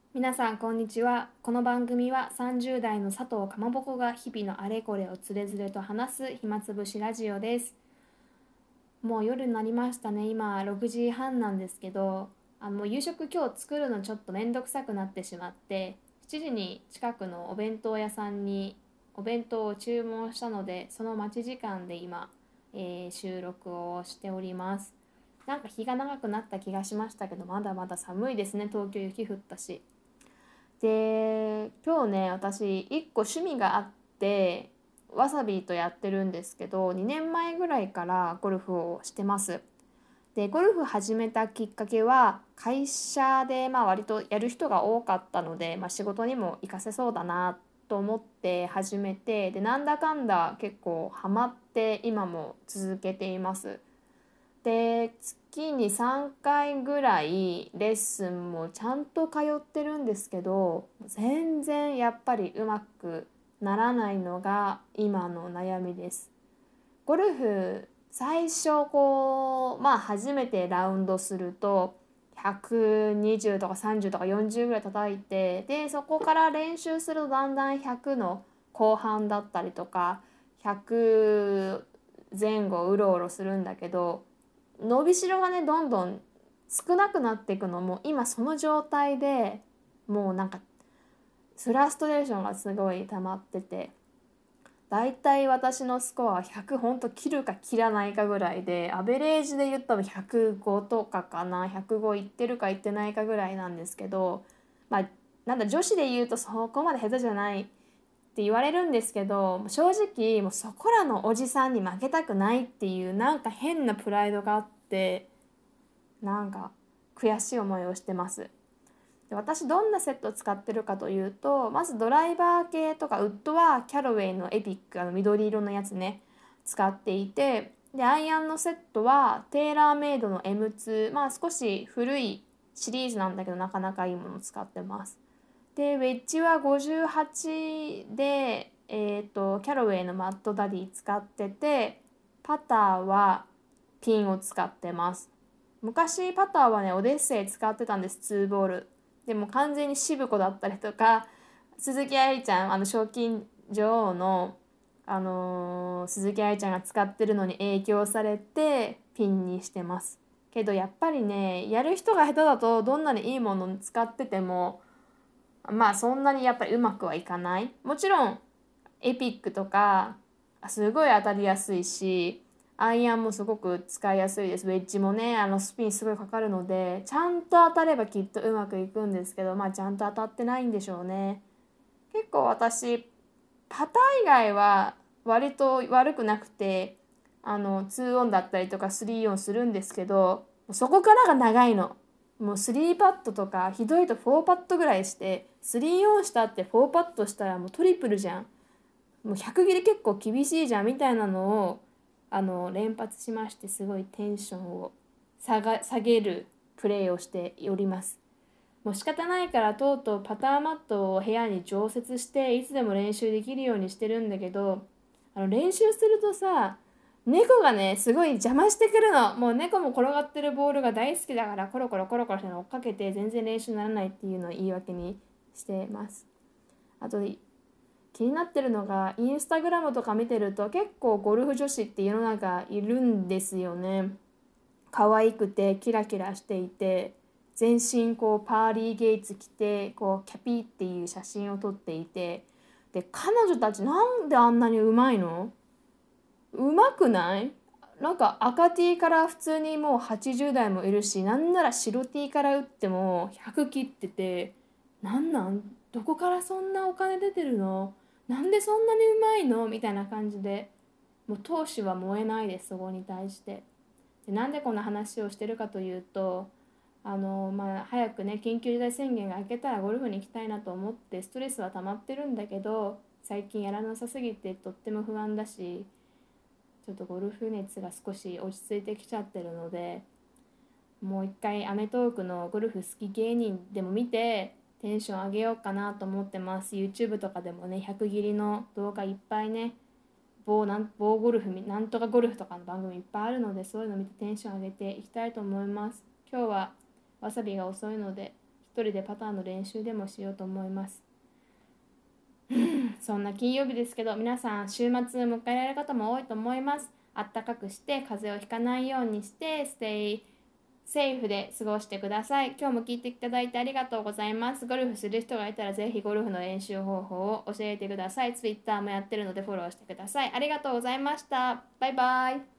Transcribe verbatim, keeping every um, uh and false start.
皆さんこんにちは。この番組はさんじゅう代の佐藤かまぼこが日々のあれこれをつれづれと話す暇つぶしラジオです。もう夜になりましたね。今ろくじはんなんですけど、あの夕食今日作るのちょっとめんどくさくなってしまって、しちじに近くのお弁当屋さんにお弁当を注文したので、その待ち時間で今、えー収録をしております。なんか日が長くなった気がしましたけど、まだまだ寒いですね。東京雪降ったし。で今日ね、私いっこ趣味があって、わさびとやってるんですけど、にねんまえぐらいからゴルフをしてます。でゴルフ始めたきっかけは、会社でまあ割とやる人が多かったので、まあ、仕事にも活かせそうだなと思って始めて、でなんだかんだ結構ハマって今も続けています。で月にさんかいぐらいレッスンもちゃんと通ってるんですけど、全然やっぱりうまくならないのが今の悩みです。ゴルフ最初こうまあ初めてラウンドするとひゃくにじゅうとかさんじゅうとかよんじゅうぐらい叩いて、でそこから練習するとだんだんひゃくの後半だったりとかひゃく前後うろうろするんだけど、伸びしろがねどんどん少なくなっていくのも今その状態で、もうなんかフラストレーションがすごい溜まってて、だいたい私のスコアはひゃくほんと切るか切らないかぐらいで、アベレージで言ったらひゃくごとかかな、ひゃくごいってるかいってないかぐらいなんですけど、まあなんだ女子で言うとそこまで下手じゃないって言われるんですけど、正直もうそこらのおじさんに負けたくないっていうなんか変なプライドがあって、なんか悔しい思いをしてます。で私どんなセットを使ってるかというと、まずドライバー系とかウッドはキャロウェイのエピック、あの緑色のやつね使っていて、でアイアンのセットはテーラーメイドの エムツー、まあ少し古いシリーズなんだけどなかなかいいものを使ってます。でウェッジはごじゅうはちで、えー、とキャロウェイのマットダディ使ってて、パターはピンを使ってます。昔パターはねオデッセイ使ってたんです、ツーボールでも完全に渋子だったりとか、鈴木愛ちゃん、あの賞金女王の、あのー鈴木愛ちゃんが使ってるのに影響されてピンにしてますけど、やっぱりねやる人が下手だとどんなにいいもの使っててもまあそんなにやっぱりうまくはいかない。もちろんエピックとかすごい当たりやすいし、アイアンもすごく使いやすいです。ウェッジもね、あのスピンすごいかかるので、ちゃんと当たればきっとうまくいくんですけど、まあちゃんと当たってないんでしょうね。結構私パター以外は割と悪くなくて、あのツーオンだったりとかスリーオンするんですけど、そこからが長いの。もうスリーパットとかひどいとフォーパットぐらいして、スリーオンしたってフォーパットしたらもうトリプルじゃん。もうひゃく切り結構厳しいじゃんみたいなのをあの連発しまして、すごいテンションを下が下げるプレーをしております。もう仕方ないからとうとうパターマットを部屋に常設していつでも練習できるようにしてるんだけど、あの練習するとさ、猫がねすごい邪魔してくるの。もう猫も転がってるボールが大好きだから、コロコロコロコロして追っかけて全然練習にならないっていうのを言い訳にしてます。あと気になってるのが、インスタグラムとか見てると結構ゴルフ女子って世の中いるんですよね。可愛くてキラキラしていて、全身こうパーリーゲイツ着てこうキャピーっていう写真を撮っていて、で彼女たちなんであんなにうまいの？うまくない？なんか赤 T から普通にもうはちじゅう代もいるし、なんなら白 T から打ってもひゃく切ってて、なんなんどこからそんなお金出てるの？なんでそんなにうまいのみたいな感じで、もう闘志は燃えないです、そこに対して。でなんでこんな話をしてるかというと、あのまあ早くね緊急事態宣言が明けたらゴルフに行きたいなと思ってストレスは溜まってるんだけど、最近やらなさすぎてとっても不安だし、ちょっとゴルフ熱が少し落ち着いてきちゃってるので、もう一回アメトーークのゴルフ好き芸人でも見てテンション上げようかなと思ってます。 YouTube とかでもねひゃく切りの動画いっぱいね、棒なん棒ゴルフなんとかゴルフとかの番組いっぱいあるので、そういうの見てテンション上げていきたいと思います。今日はわさびが遅いので一人でパターンの練習でもしようと思います。そんな金曜日ですけど、皆さん週末迎えられる方も多いと思います。あったかくして風邪をひかないようにしてステイセーフで過ごしてください。今日も聞いていただいてありがとうございます。ゴルフする人がいたらぜひゴルフの練習方法を教えてください。Twitter もやってるのでフォローしてください。ありがとうございました。バイバイ。